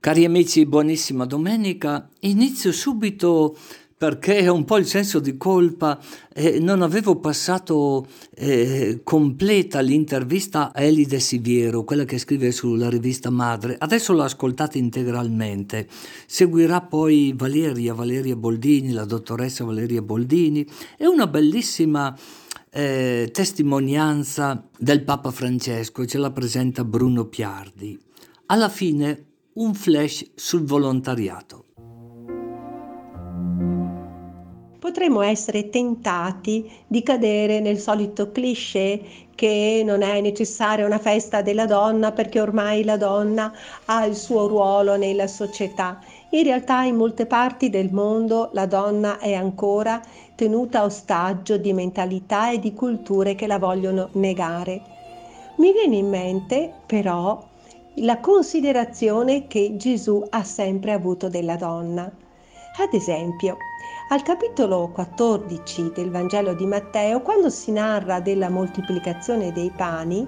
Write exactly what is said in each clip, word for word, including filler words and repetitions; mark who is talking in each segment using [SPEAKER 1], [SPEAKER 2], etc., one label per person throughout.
[SPEAKER 1] Cari amici, buonissima domenica. Inizio subito perché ho un po' il senso di colpa e non avevo passato eh, completa l'intervista a Elide Siviero, quella che scrive sulla rivista Madre. Adesso l'ho ascoltata integralmente. Seguirà poi Valeria, Valeria Boldini, la dottoressa Valeria Boldini, e una bellissima eh, testimonianza del Papa Francesco, ce la presenta Bruno Piardi. Alla fine un flash sul volontariato.
[SPEAKER 2] Potremmo essere tentati di cadere nel solito cliché che non è necessaria una festa della donna perché ormai la donna ha il suo ruolo nella società. In realtà in molte parti del mondo la donna è ancora tenuta ostaggio di mentalità e di culture che la vogliono negare. Mi viene in mente però la considerazione che Gesù ha sempre avuto della donna. Ad esempio, al capitolo quattordici del Vangelo di Matteo, quando si narra della moltiplicazione dei pani,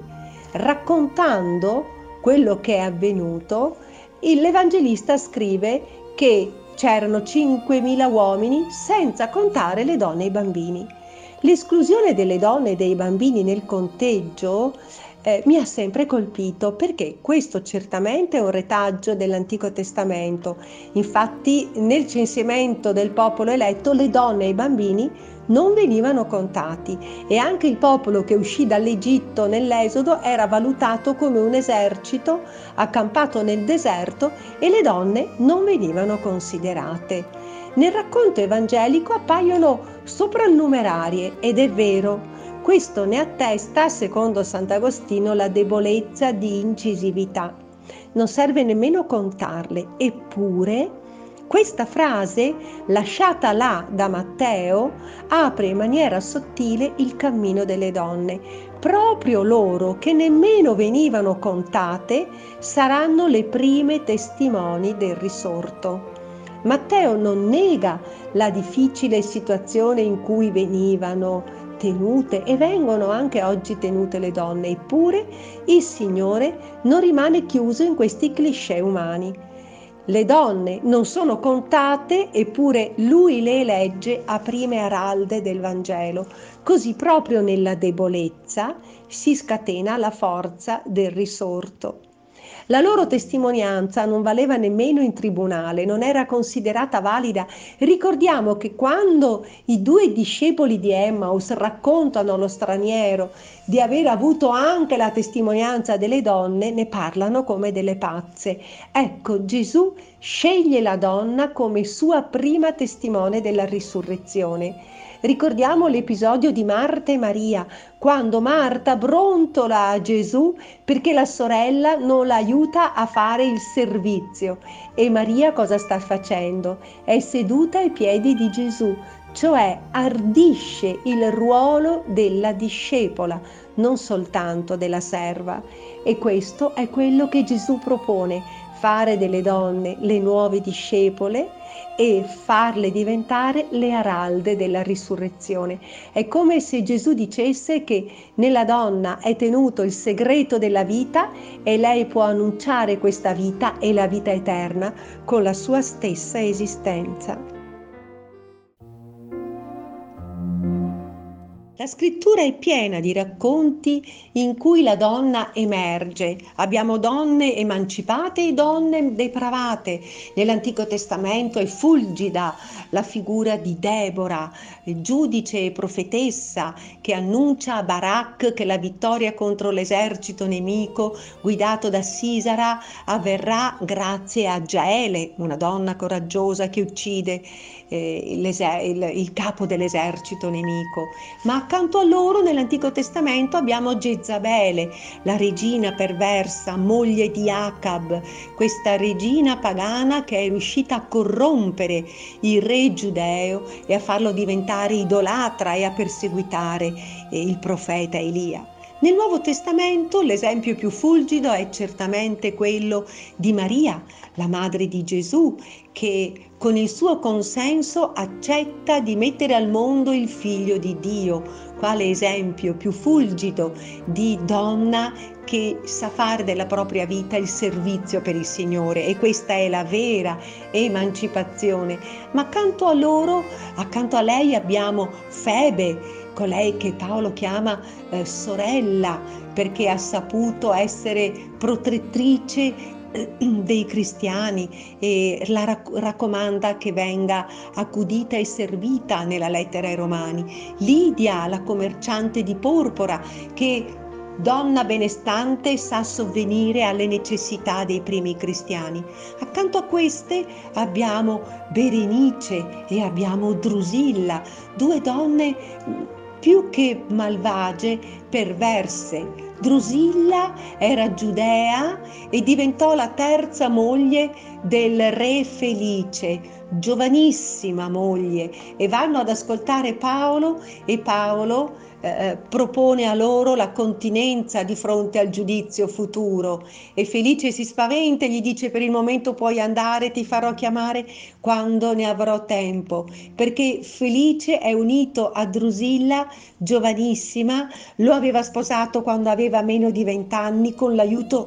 [SPEAKER 2] raccontando quello che è avvenuto, l'Evangelista scrive che c'erano cinquemila uomini, senza contare le donne e i bambini. L'esclusione delle donne e dei bambini nel conteggio Eh, mi ha sempre colpito perché questo certamente è un retaggio dell'Antico Testamento. Infatti nel censimento del popolo eletto le donne e i bambini non venivano contati e anche il popolo che uscì dall'Egitto nell'Esodo era valutato come un esercito accampato nel deserto e le donne non venivano considerate. Nel racconto evangelico appaiono soprannumerarie ed è vero. Questo ne attesta, secondo Sant'Agostino, la debolezza di incisività. Non serve nemmeno contarle, eppure questa frase, lasciata là da Matteo, apre in maniera sottile il cammino delle donne. Proprio loro, che nemmeno venivano contate, saranno le prime testimoni del risorto. Matteo non nega la difficile situazione in cui venivano tenute e vengono anche oggi tenute le donne, eppure il Signore non rimane chiuso in questi cliché umani. Le donne non sono contate, eppure Lui le elegge a prime aralde del Vangelo. Così proprio nella debolezza si scatena la forza del risorto. La loro testimonianza non valeva nemmeno in tribunale, non era considerata valida. Ricordiamo che quando i due discepoli di Emmaus raccontano allo straniero di aver avuto anche la testimonianza delle donne, ne parlano come delle pazze. Ecco, Gesù sceglie la donna come sua prima testimone della risurrezione. Ricordiamo l'episodio di Marta e Maria, quando Marta brontola a Gesù perché la sorella non la aiuta a fare il servizio e Maria cosa sta facendo? È seduta ai piedi di Gesù, cioè ardisce il ruolo della discepola, non soltanto della serva. E questo è quello che Gesù propone, fare delle donne le nuove discepole e farle diventare le aralde della risurrezione. È come se Gesù dicesse che nella donna è tenuto il segreto della vita e lei può annunciare questa vita e la vita eterna con la sua stessa esistenza. La scrittura è piena di racconti in cui la donna emerge. Abbiamo donne emancipate e donne depravate. Nell'Antico Testamento è fulgida la figura di Debora, giudice e profetessa, che annuncia a Barak che la vittoria contro l'esercito nemico guidato da Sisara avverrà grazie a Giaele, una donna coraggiosa che uccide eh, il, il capo dell'esercito nemico. Ma accanto a loro nell'Antico Testamento abbiamo Jezabele, la regina perversa, moglie di Acab, questa regina pagana che è riuscita a corrompere il re giudeo e a farlo diventare idolatra e a perseguitare il profeta Elia. Nel Nuovo Testamento l'esempio più fulgido è certamente quello di Maria, la madre di Gesù, che con il suo consenso accetta di mettere al mondo il figlio di Dio, quale esempio più fulgido di donna che sa fare della propria vita il servizio per il Signore, e questa è la vera emancipazione. Ma accanto a loro, accanto a lei abbiamo Febe, colei che Paolo chiama eh, sorella, perché ha saputo essere protettrice eh, dei cristiani e la rac- raccomanda che venga accudita e servita nella lettera ai Romani. Lidia, la commerciante di porpora, che donna benestante sa sovvenire alle necessità dei primi cristiani. Accanto a queste abbiamo Berenice e abbiamo Drusilla, due donne più che malvagie, perverse. Drusilla era giudea e diventò la terza moglie del re Felice, giovanissima moglie, e vanno ad ascoltare Paolo e Paolo eh, propone a loro la continenza di fronte al giudizio futuro, e Felice si spaventa e gli dice: per il momento puoi andare, ti farò chiamare quando ne avrò tempo, perché Felice è unito a Drusilla giovanissima, lo aveva sposato quando aveva meno di vent'anni con l'aiuto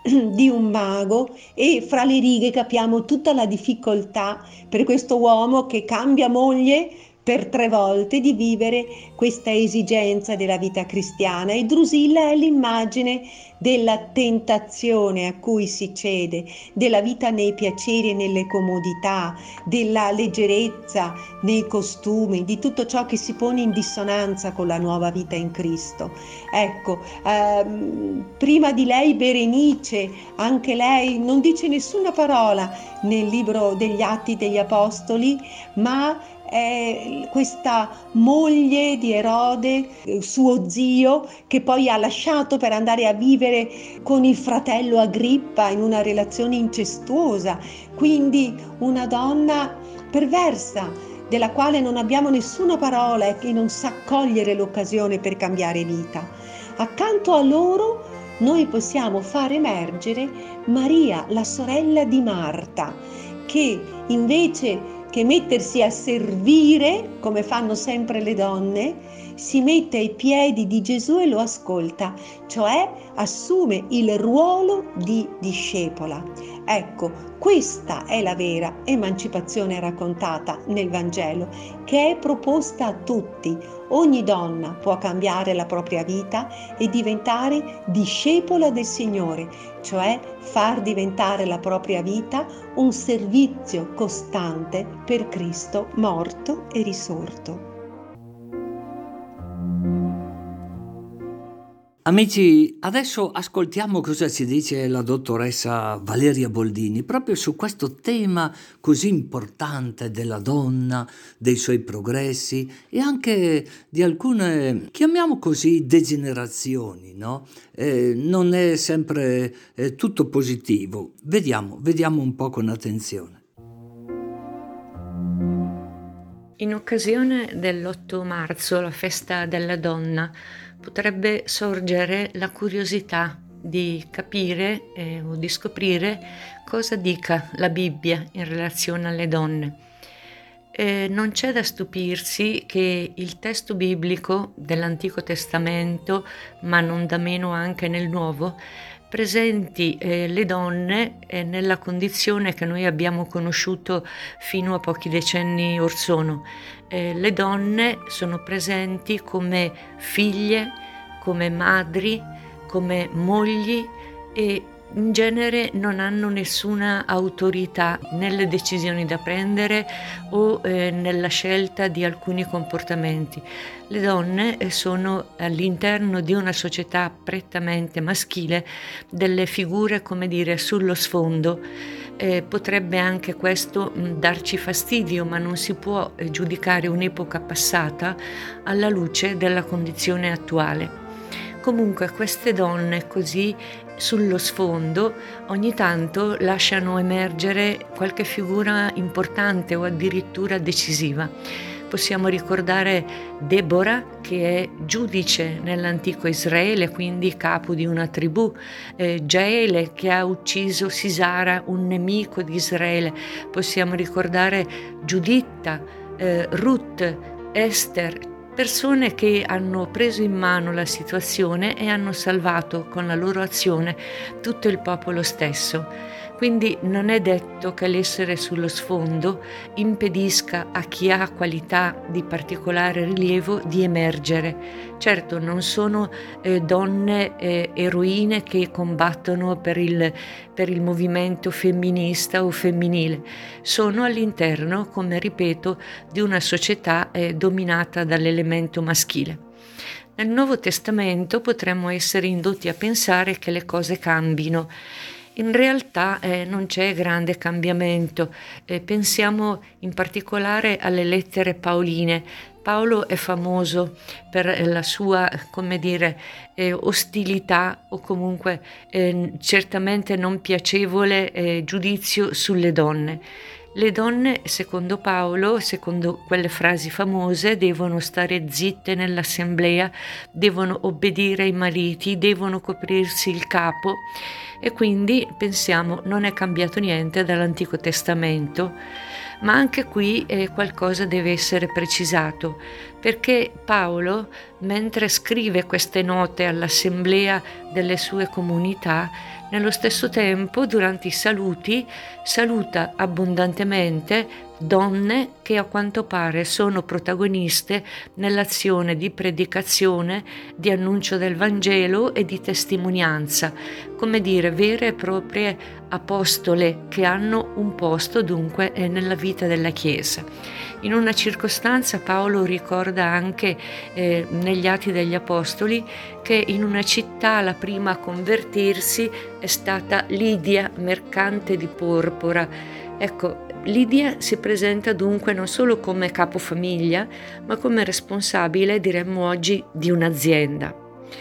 [SPEAKER 2] di un mago, e fra le righe capiamo tutta la difficoltà per questo uomo che cambia moglie per tre volte di vivere questa esigenza della vita cristiana. E Drusilla è l'immagine della tentazione a cui si cede, della vita nei piaceri e nelle comodità, della leggerezza nei costumi, di tutto ciò che si pone in dissonanza con la nuova vita in Cristo. Ecco, ehm, prima di lei Berenice, anche lei non dice nessuna parola nel libro degli Atti degli Apostoli, ma è questa moglie di Erode, suo zio, che poi ha lasciato per andare a vivere con il fratello Agrippa in una relazione incestuosa, quindi una donna perversa, della quale non abbiamo nessuna parola e che non sa cogliere l'occasione per cambiare vita. Accanto a loro noi possiamo far emergere Maria, la sorella di Marta, che invece che mettersi a servire, come fanno sempre le donne, si mette ai piedi di Gesù e lo ascolta, cioè assume il ruolo di discepola. Ecco, questa è la vera emancipazione raccontata nel Vangelo, che è proposta a tutti. Ogni donna può cambiare la propria vita e diventare discepola del Signore, cioè far diventare la propria vita un servizio costante per Cristo morto e risorto.
[SPEAKER 1] Amici, adesso ascoltiamo cosa ci dice la dottoressa Valeria Boldini proprio su questo tema così importante della donna, dei suoi progressi e anche di alcune, chiamiamo così, degenerazioni, no? Eh, non è sempre eh, tutto positivo. Vediamo, vediamo un po' con attenzione.
[SPEAKER 3] In occasione dell'otto marzo, la festa della donna, potrebbe sorgere la curiosità di capire eh, o di scoprire cosa dica la Bibbia in relazione alle donne. Eh, non c'è da stupirsi che il testo biblico dell'Antico Testamento, ma non da meno anche nel Nuovo, presenti eh, le donne eh, nella condizione che noi abbiamo conosciuto fino a pochi decenni or sono. Eh, le donne sono presenti come figlie, come madri, come mogli e in genere non hanno nessuna autorità nelle decisioni da prendere o eh, nella scelta di alcuni comportamenti. Le donne eh, sono all'interno di una società prettamente maschile delle figure, come dire, sullo sfondo. Eh, potrebbe anche questo mh, darci fastidio, ma non si può eh, giudicare un'epoca passata alla luce della condizione attuale. Comunque queste donne così sullo sfondo ogni tanto lasciano emergere qualche figura importante o addirittura decisiva. Possiamo ricordare Deborah, che è giudice nell'antico Israele, quindi capo di una tribù, eh, Jaele, che ha ucciso Sisara, un nemico di Israele. Possiamo ricordare Giuditta, eh, Ruth, Esther, persone che hanno preso in mano la situazione e hanno salvato con la loro azione tutto il popolo stesso. Quindi non è detto che l'essere sullo sfondo impedisca a chi ha qualità di particolare rilievo di emergere. Certo, non sono eh, donne eh, eroine che combattono per il, per il movimento femminista o femminile, sono all'interno, come ripeto, di una società eh, dominata dall'elemento maschile. Nel Nuovo Testamento potremmo essere indotti a pensare che le cose cambino. In realtà eh, non c'è grande cambiamento, eh, pensiamo in particolare alle lettere paoline. Paolo è famoso per la sua, come dire, eh, ostilità o comunque eh, certamente non piacevole eh, giudizio sulle donne. Le donne, secondo Paolo, secondo quelle frasi famose, devono stare zitte nell'assemblea, devono obbedire ai mariti, devono coprirsi il capo. E quindi pensiamo non è cambiato niente dall'Antico Testamento, ma anche qui eh, qualcosa deve essere precisato, perché Paolo, mentre scrive queste note all'assemblea delle sue comunità, nello stesso tempo, durante i saluti, saluta abbondantemente donne che a quanto pare sono protagoniste nell'azione di predicazione, di annuncio del Vangelo e di testimonianza, come dire vere e proprie apostole che hanno un posto dunque nella vita della Chiesa. In una circostanza Paolo ricorda anche eh, negli Atti degli Apostoli che in una città la prima a convertirsi è stata Lidia, mercante di porpora. Ecco, Lidia si presenta dunque non solo come capofamiglia, ma come responsabile, diremmo oggi, di un'azienda.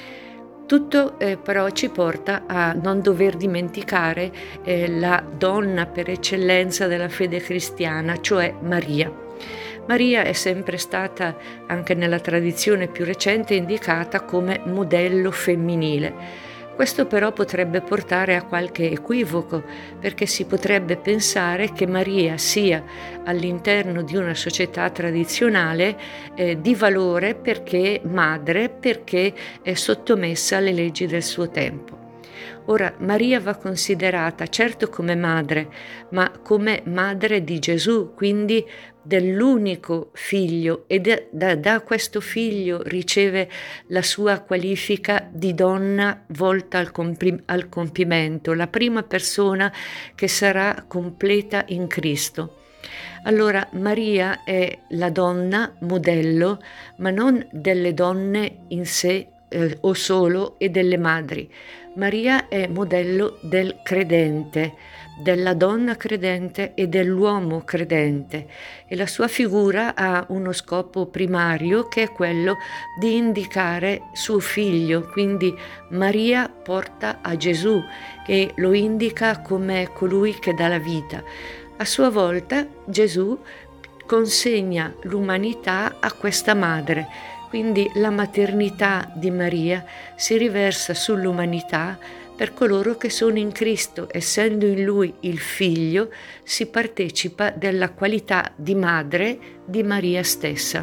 [SPEAKER 3] Tutto eh, però ci porta a non dover dimenticare eh, la donna per eccellenza della fede cristiana, cioè Maria. Maria è sempre stata, anche nella tradizione più recente, indicata come modello femminile. Questo però potrebbe portare a qualche equivoco, perché si potrebbe pensare che Maria sia all'interno di una società tradizionale eh, di valore perché madre, perché è sottomessa alle leggi del suo tempo. Ora, Maria va considerata certo come madre, ma come madre di Gesù, quindi dell'unico figlio, e da, da questo figlio riceve la sua qualifica di donna volta al, compim- al compimento, la prima persona che sarà completa in Cristo. Allora Maria è la donna modello, ma non delle donne in sé eh, o solo e delle madri. Maria è modello del credente, della donna credente e dell'uomo credente, e la sua figura ha uno scopo primario che è quello di indicare suo figlio, quindi Maria porta a Gesù e lo indica come colui che dà la vita. A sua volta Gesù consegna l'umanità a questa madre. Quindi la maternità di Maria si riversa sull'umanità per coloro che sono in Cristo. Essendo in Lui il Figlio, si partecipa della qualità di madre di Maria stessa.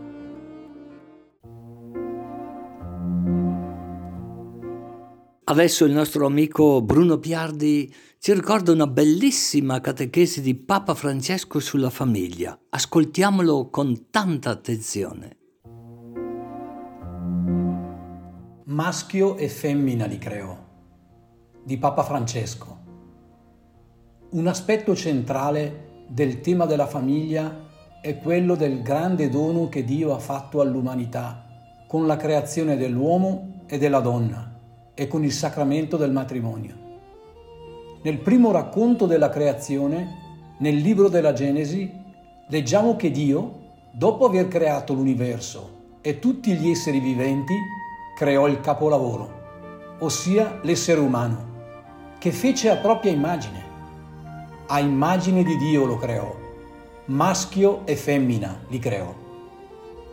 [SPEAKER 1] Adesso il nostro amico Bruno Piardi ci ricorda una bellissima catechesi di Papa Francesco sulla famiglia. Ascoltiamolo con tanta attenzione.
[SPEAKER 4] Maschio e femmina li creò, di Papa Francesco. Un aspetto centrale del tema della famiglia è quello del grande dono che Dio ha fatto all'umanità con la creazione dell'uomo e della donna e con il sacramento del matrimonio. Nel primo racconto della creazione, nel libro della Genesi, leggiamo che Dio, dopo aver creato l'universo e tutti gli esseri viventi, creò il capolavoro, ossia l'essere umano, che fece a propria immagine. A immagine di Dio lo creò, maschio e femmina li creò.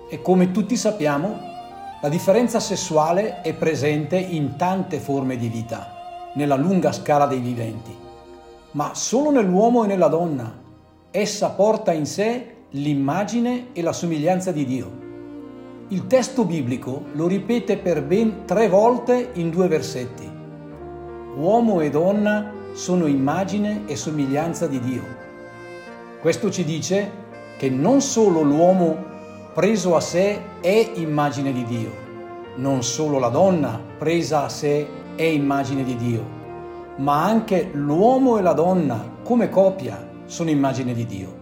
[SPEAKER 4] E come tutti sappiamo, la differenza sessuale è presente in tante forme di vita, nella lunga scala dei viventi, ma solo nell'uomo e nella donna. Essa porta in sé l'immagine e la somiglianza di Dio. Il testo biblico lo ripete per ben tre volte in due versetti. Uomo e donna sono immagine e somiglianza di Dio. Questo ci dice che non solo l'uomo preso a sé è immagine di Dio, non solo la donna presa a sé è immagine di Dio, ma anche l'uomo e la donna come coppia sono immagine di Dio.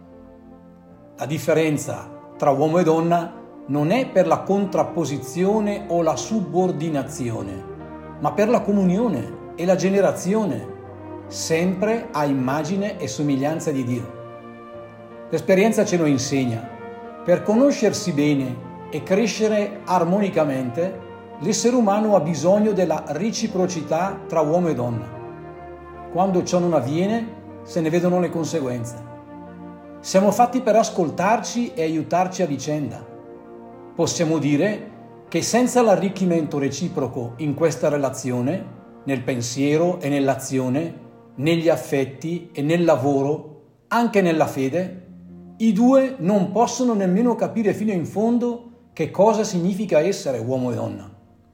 [SPEAKER 4] La differenza tra uomo e donna non è per la contrapposizione o la subordinazione, ma per la comunione e la generazione, sempre a immagine e somiglianza di Dio. L'esperienza ce lo insegna. Per conoscersi bene e crescere armonicamente, l'essere umano ha bisogno della reciprocità tra uomo e donna. Quando ciò non avviene, se ne vedono le conseguenze. Siamo fatti per ascoltarci e aiutarci a vicenda. Possiamo dire che senza l'arricchimento reciproco in questa relazione, nel pensiero e nell'azione, negli affetti e nel lavoro, anche nella fede, i due non possono nemmeno capire fino in fondo che cosa significa essere uomo e donna.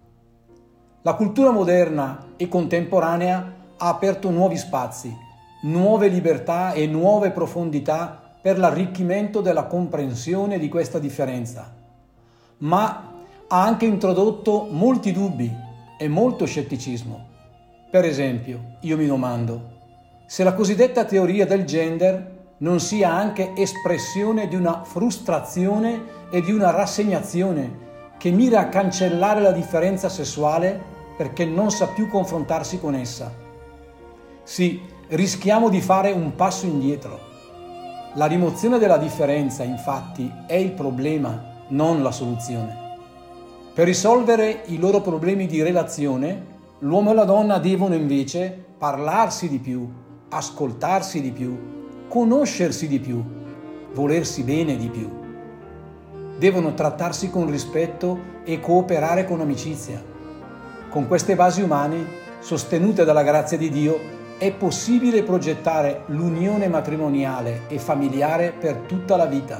[SPEAKER 4] La cultura moderna e contemporanea ha aperto nuovi spazi, nuove libertà e nuove profondità per l'arricchimento della comprensione di questa differenza, ma ha anche introdotto molti dubbi e molto scetticismo. Per esempio, io mi domando se la cosiddetta teoria del gender non sia anche espressione di una frustrazione e di una rassegnazione che mira a cancellare la differenza sessuale perché non sa più confrontarsi con essa. Sì, rischiamo di fare un passo indietro. La rimozione della differenza, infatti, è il problema, non la soluzione. Per risolvere i loro problemi di relazione, l'uomo e la donna devono invece parlarsi di più, ascoltarsi di più, conoscersi di più, volersi bene di più. Devono trattarsi con rispetto e cooperare con amicizia. Con queste basi umane, sostenute dalla grazia di Dio, è possibile progettare l'unione matrimoniale e familiare per tutta la vita.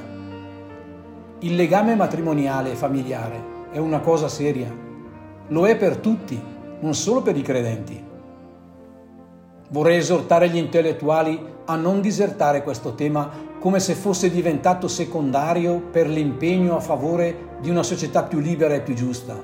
[SPEAKER 4] Il legame matrimoniale e familiare è una cosa seria. Lo è per tutti, non solo per i credenti. Vorrei esortare gli intellettuali a non disertare questo tema come se fosse diventato secondario per l'impegno a favore di una società più libera e più giusta.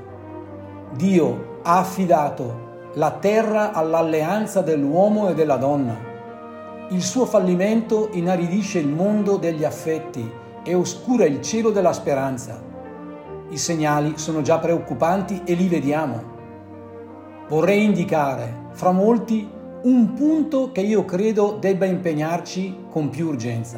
[SPEAKER 4] Dio ha affidato la terra all'alleanza dell'uomo e della donna. Il suo fallimento inaridisce il mondo degli affetti e oscura il cielo della speranza. I segnali sono già preoccupanti e li vediamo. Vorrei indicare, fra molti, un punto che io credo debba impegnarci con più urgenza.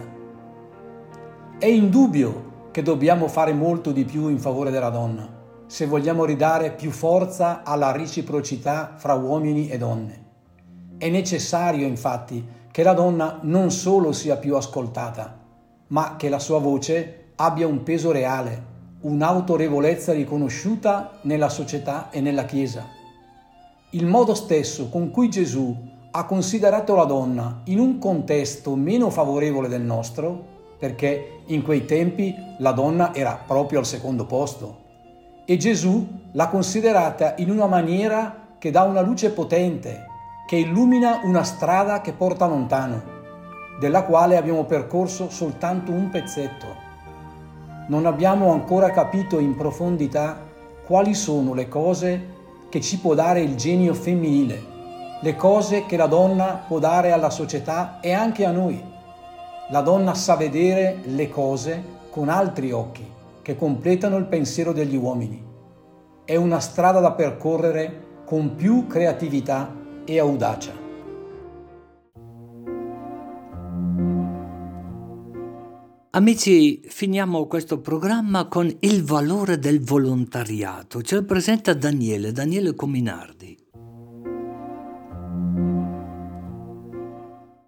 [SPEAKER 4] È indubbio che dobbiamo fare molto di più in favore della donna, se vogliamo ridare più forza alla reciprocità fra uomini e donne. È necessario, infatti, che la donna non solo sia più ascoltata, ma che la sua voce abbia un peso reale, un'autorevolezza riconosciuta nella società e nella Chiesa. Il modo stesso con cui Gesù ha considerato la donna in un contesto meno favorevole del nostro, perché in quei tempi la donna era proprio al secondo posto, e Gesù l'ha considerata in una maniera che dà una luce potente, che illumina una strada che porta lontano, della quale abbiamo percorso soltanto un pezzetto. Non abbiamo ancora capito in profondità quali sono le cose che ci può dare il genio femminile, le cose che la donna può dare alla società e anche a noi. La donna sa vedere le cose con altri occhi, che completano il pensiero degli uomini. È una strada da percorrere con più creatività e audacia.
[SPEAKER 1] Amici, finiamo questo programma con il valore del volontariato. Ce lo presenta Daniele, Daniele Cominardi.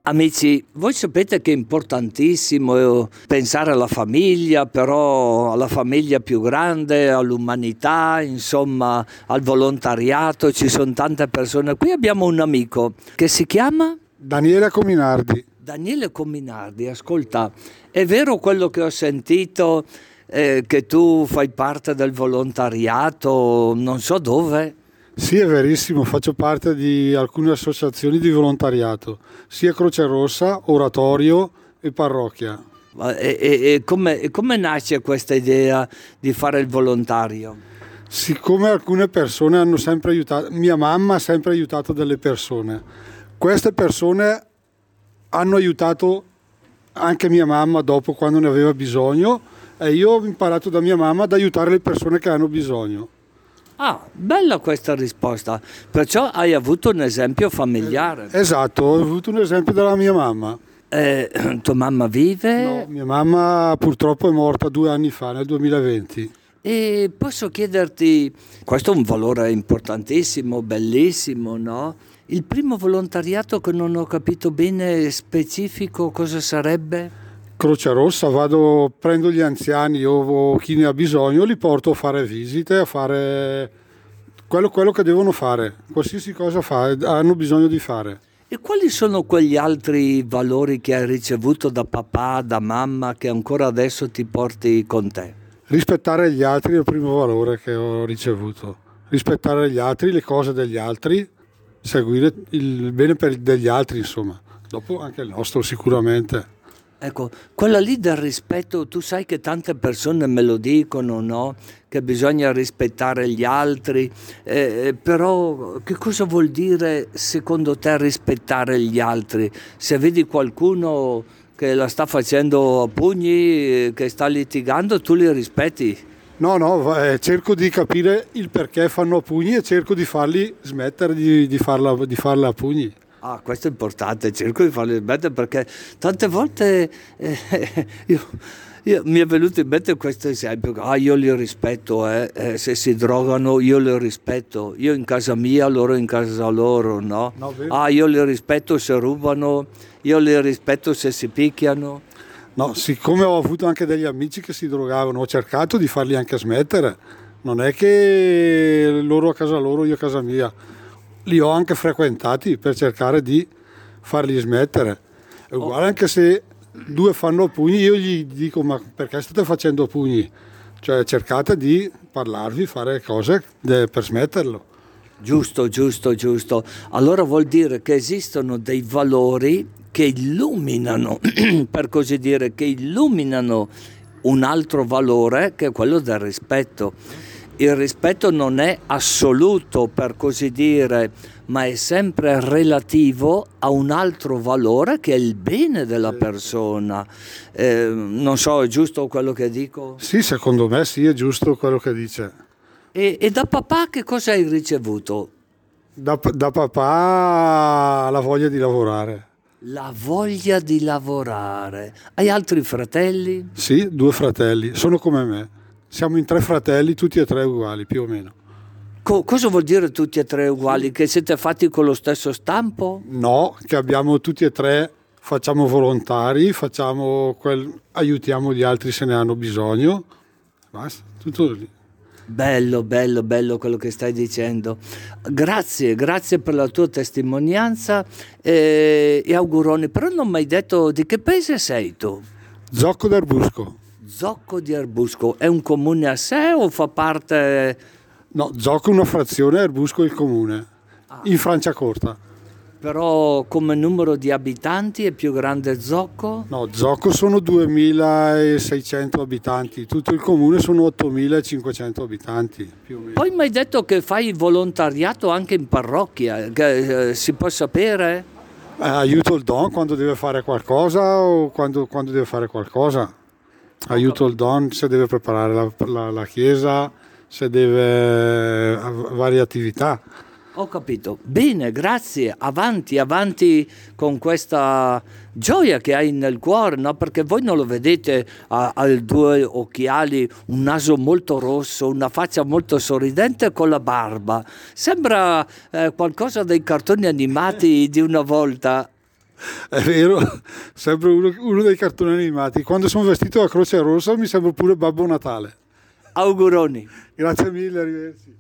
[SPEAKER 1] Amici, voi sapete che è importantissimo pensare alla famiglia, però alla famiglia più grande, all'umanità, insomma, al volontariato. Ci sono tante persone. Qui abbiamo un amico che si chiama
[SPEAKER 5] Daniele Cominardi.
[SPEAKER 1] Daniele Cominardi, ascolta, è vero quello che ho sentito, eh, che tu fai parte del volontariato, non so dove?
[SPEAKER 5] Sì, è verissimo, faccio parte di alcune associazioni di volontariato, sia Croce Rossa, Oratorio e Parrocchia.
[SPEAKER 1] E, e, e, come, e come nasce questa idea di fare il volontario?
[SPEAKER 5] Siccome alcune persone hanno sempre aiutato, mia mamma ha sempre aiutato delle persone, queste persone hanno aiutato anche mia mamma dopo quando ne aveva bisogno e io ho imparato da mia mamma ad aiutare le persone che hanno bisogno.
[SPEAKER 1] Ah, bella questa risposta. Perciò hai avuto un esempio familiare.
[SPEAKER 5] Esatto, ho avuto un esempio dalla mia mamma.
[SPEAKER 1] Eh, tua mamma vive?
[SPEAKER 5] No, mia mamma purtroppo è morta due anni fa, nel duemilaventi.
[SPEAKER 1] E posso chiederti, questo è un valore importantissimo, bellissimo, no? Il primo volontariato che non ho capito bene specifico cosa sarebbe?
[SPEAKER 5] Croce Rossa, vado, prendo gli anziani o chi ne ha bisogno, li porto a fare visite, a fare quello, quello che devono fare, qualsiasi cosa fa, hanno bisogno di fare.
[SPEAKER 1] E quali sono quegli altri valori che hai ricevuto da papà, da mamma, che ancora adesso ti porti con te?
[SPEAKER 5] Rispettare gli altri è il primo valore che ho ricevuto. Rispettare gli altri, le cose degli altri, seguire il bene per degli altri, insomma. Dopo anche il nostro sicuramente.
[SPEAKER 1] Ecco, quella lì del rispetto, tu sai che tante persone me lo dicono, no? Che bisogna rispettare gli altri, eh, però che cosa vuol dire secondo te rispettare gli altri? Se vedi qualcuno che la sta facendo a pugni, che sta litigando, tu li rispetti?
[SPEAKER 5] No, no, eh, cerco di capire il perché fanno a pugni e cerco di farli smettere di, di, farla, di farla a pugni.
[SPEAKER 1] Ah, questo è importante, cerco di farli smettere perché tante volte eh, io, io, mi è venuto in mente questo esempio, ah io li rispetto, eh, eh, se si drogano io li rispetto, io in casa mia, loro in casa loro, no? no ah io li rispetto se rubano, io li rispetto se si picchiano.
[SPEAKER 5] No, siccome ho avuto anche degli amici che si drogavano, ho cercato di farli anche smettere, non è che loro a casa loro, io a casa mia. Li ho anche frequentati per cercare di farli smettere. È uguale anche se due fanno pugni, io gli dico ma perché state facendo pugni? Cioè cercate di parlarvi, fare cose per smetterlo.
[SPEAKER 1] Giusto, giusto, giusto. Allora vuol dire che esistono dei valori che illuminano, per così dire, che illuminano un altro valore che è quello del rispetto. Il rispetto non è assoluto, per così dire, ma è sempre relativo a un altro valore che è il bene della persona. Eh, non so, è giusto quello che dico?
[SPEAKER 5] Sì, secondo me sì, è giusto quello che dice.
[SPEAKER 1] E, e da papà che cosa hai ricevuto?
[SPEAKER 5] Da, da papà la voglia di lavorare.
[SPEAKER 1] La voglia di lavorare. Hai altri fratelli?
[SPEAKER 5] Sì, due fratelli, sono come me. Siamo in tre fratelli, tutti e tre uguali, più o meno.
[SPEAKER 1] Co- cosa vuol dire tutti e tre uguali? Che siete fatti con lo stesso stampo?
[SPEAKER 5] No, che abbiamo tutti e tre, facciamo volontari, facciamo quel, aiutiamo gli altri se ne hanno bisogno. Basta, tutto lì.
[SPEAKER 1] Bello, bello, bello quello che stai dicendo. Grazie, grazie per la tua testimonianza e, e auguroni. Però non mi hai detto di che paese sei tu?
[SPEAKER 5] Zocco d'Arbusco.
[SPEAKER 1] Zocco di Arbusco è un comune a sé o fa parte?
[SPEAKER 5] No, Zocco è una frazione, Arbusco è il comune, ah. in Franciacorta.
[SPEAKER 1] Però come numero di abitanti è più grande Zocco?
[SPEAKER 5] No, Zocco sono duemilaseicento abitanti, tutto il comune sono ottomilacinquecento abitanti più o meno.
[SPEAKER 1] Poi mi hai detto che fai volontariato anche in parrocchia, che, eh, si può sapere?
[SPEAKER 5] Eh, aiuto il Don quando deve fare qualcosa o quando, quando deve fare qualcosa. Aiuto il Don se deve preparare la, la, la chiesa, se deve varie attività.
[SPEAKER 1] Ho capito. Bene, grazie. Avanti, avanti con questa gioia che hai nel cuore, no? Perché voi non lo vedete, ha, ha due occhiali, un naso molto rosso, una faccia molto sorridente con la barba. Sembra eh, qualcosa dei cartoni animati di una volta.
[SPEAKER 5] È vero, sembra uno, uno dei cartoni animati. Quando sono vestito da Croce Rossa mi sembra pure Babbo Natale.
[SPEAKER 1] Auguroni.
[SPEAKER 5] Grazie mille, arrivederci.